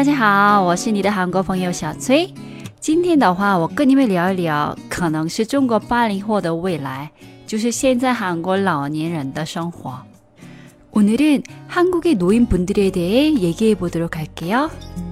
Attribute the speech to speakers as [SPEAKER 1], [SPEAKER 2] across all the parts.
[SPEAKER 1] 大家好，我是你的韩国朋友小崔。今天的话，我跟你们聊一聊，可能是中国80后的未来，就是现在韩国老年人的生活。 오늘은 한국의 노인분들에 대해 얘기해 보도록 할게요.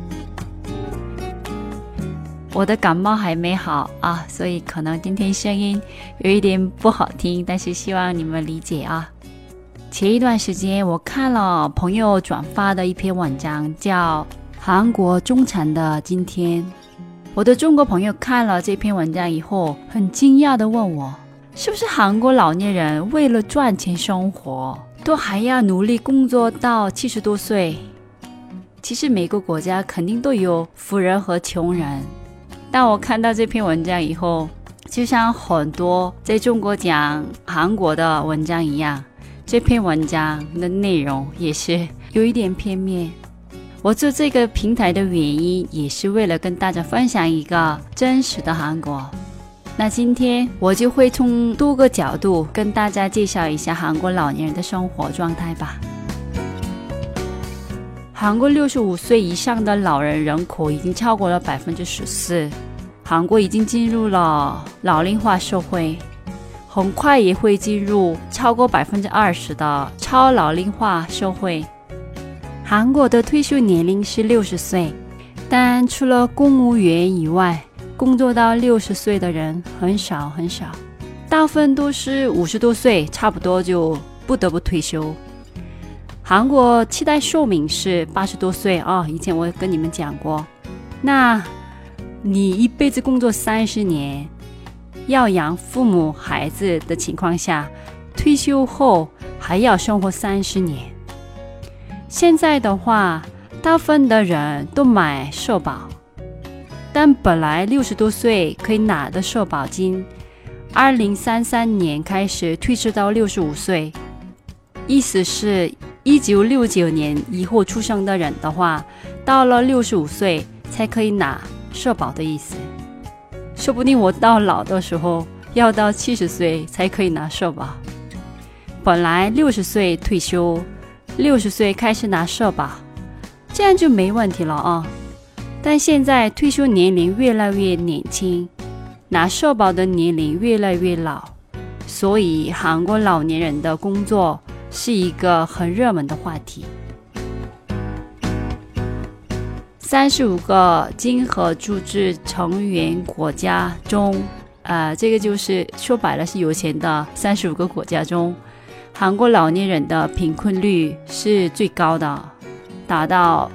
[SPEAKER 1] 我的感冒还没好啊，所以可能今天声音有一点不好听，但是希望你们理解啊。前一段时间我看了朋友转发的一篇文章，叫韩国中产的今天。我的中国朋友看了这篇文章以后，很惊讶地问我，是不是韩国老年人为了赚钱生活，都还要努力工作到70多岁？其实每个国家肯定都有富人和穷人，但我看到这篇文章以后，就像很多在中国讲韩国的文章一样，这篇文章的内容也是有一点片面。我做这个平台的原因，也是为了跟大家分享一个真实的韩国。那今天我就会从多个角度跟大家介绍一下韩国老年人的生活状态吧。韩国65岁以上的老人人口已经超过了 14%， 韩国已经进入了老龄化社会，很快也会进入超过 20% 的超老龄化社会。韩国的退休年龄是60岁，但除了公务员以外，工作到60岁的人很少很少，大部分都是50多岁，差不多就不得不退休。韩国期待寿命是80多岁啊，以前我跟你们讲过。那你一辈子工作30年，要养父母孩子的情况下，退休后还要生活30年。现在的话，大部分的人都买社保，但本来60多岁可以拿的社保金，2033年开始推迟到65岁。意思是1969年以后出生的人的话，到了65岁才可以拿社保的意思。说不定我到老的时候要到70岁才可以拿社保。本来60岁退休，60岁开始拿社保，这样就没问题了啊。但现在退休年龄越来越年轻，拿社保的年龄越来越老，所以韩国老年人的工作是一个很热门的话题。35个经合组织成员国家中，这个就是说白了是有钱的35个国家中，韩国老年人的贫困率是最高的，达到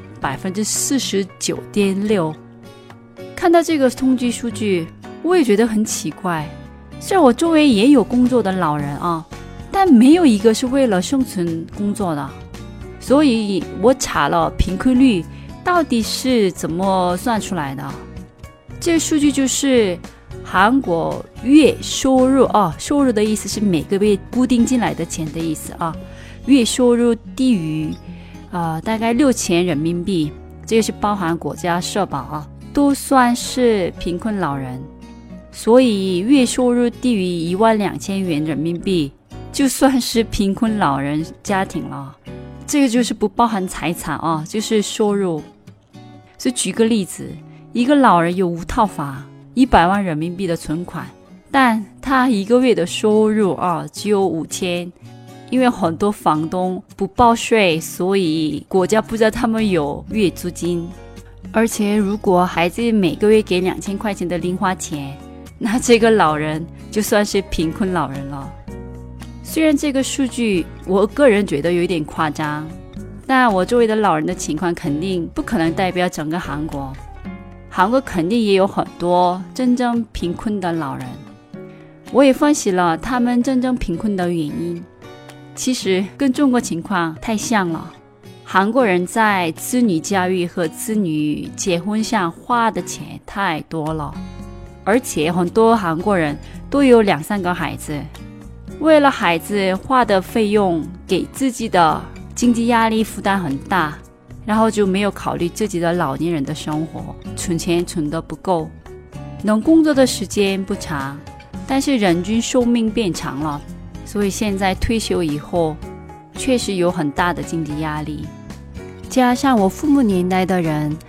[SPEAKER 1] 49.6%。 看到这个统计数据，我也觉得很奇怪。虽然我周围也有工作的老人啊，但没有一个是为了生存工作的。所以我查了贫困率到底是怎么算出来的。这个数据就是韩国月收入啊，收入的意思是每个月固定进来的钱的意思啊。月收入低于大概6000人民币，这个是包含国家社保啊，都算是贫困老人。所以月收入低于12000元人民币，就算是贫困老人家庭了。这个就是不包含财产啊，就是收入。所以举个例子，一个老人有5套房，100万人民币的存款，但他一个月的收入啊只有5000，因为很多房东不报税，所以国家不知道他们有月租金。而且如果孩子每个月给2000块钱的零花钱，那这个老人就算是贫困老人了。虽然这个数据我个人觉得有一点夸张，但我周围的老人的情况肯定不可能代表整个韩国。韩国肯定也有很多真正贫困的老人，我也分析了他们真正贫困的原因，其实跟中国情况太像了。韩国人在子女教育和子女结婚上花的钱太多了，而且很多韩国人都有2-3个孩子，为了孩子花的费用，给自己的经济压力负担很大，然后就没有考虑自己的老年人的生活，存钱存得不够，能工作的时间不长，但是人均寿命变长了，所以现在退休以后确实有很大的经济压力。加上我父母年代的人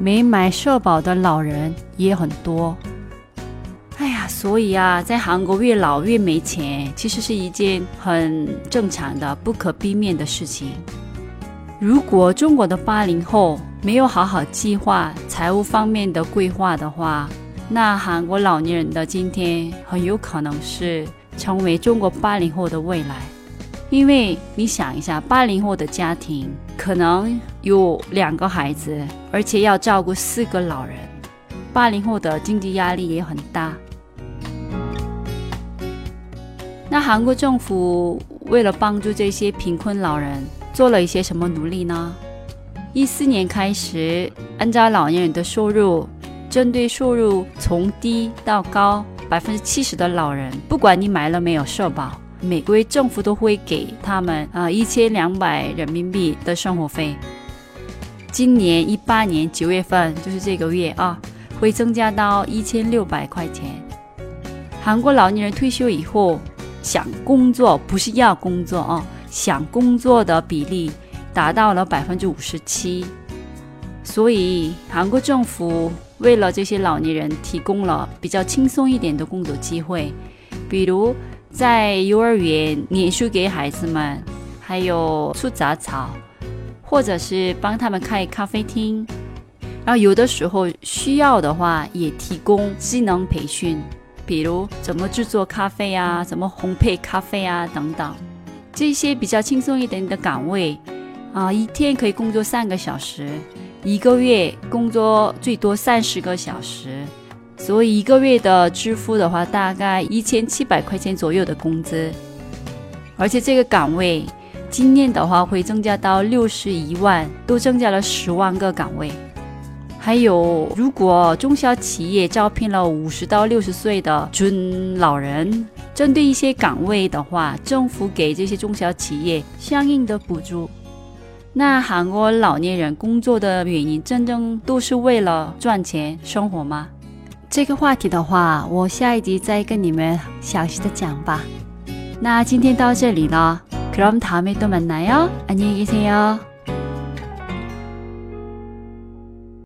[SPEAKER 1] 没买社保的老人也很多。哎呀，所以啊，在韩国越老越没钱，其实是一件很正常的、不可避免的事情。如果中国的80后没有好好计划财务方面的规划的话，那韩国老年人的今天很有可能是成为中国80后的未来。因为你想一下，80后的家庭可能有2个孩子，而且要照顾4个老人，80后的经济压力也很大。那韩国政府为了帮助这些贫困老人做了一些什么努力呢？14年开始，按照老年人的收入，针对收入从低到高70%的老人，不管你买了没有社保，每个月政府都会给他们1200人民币的生活费。今年18年9月份，就是这个月啊，会增加到1600块钱。韩国老年人退休以后想工作，不是要工作啊，想工作的比例达到了57%。所以韩国政府为了这些老年人提供了比较轻松一点的工作机会，比如在幼儿园念书给孩子们，还有除杂草，或者是帮他们开咖啡厅，然后有的时候需要的话也提供技能培训，比如怎么制作咖啡啊，怎么烘焙咖啡啊等等。这些比较轻松一点的岗位一天可以工作3个小时，一个月工作最多30个小时，所以一个月的支付的话大概1700块钱左右的工资。而且这个岗位今年的话会增加到61万，都增加了10万个岗位。还有如果中小企业招聘了50到60岁的准老人，针对一些岗位的话，政府给这些中小企业相应的补助。那韩国老年人工作的原因真正都是为了赚钱生活吗？这个话题的话，我下一集再跟你们详细的讲吧。那今天到这里了，그럼 다음에 또 만나요. 안녕히 계세요.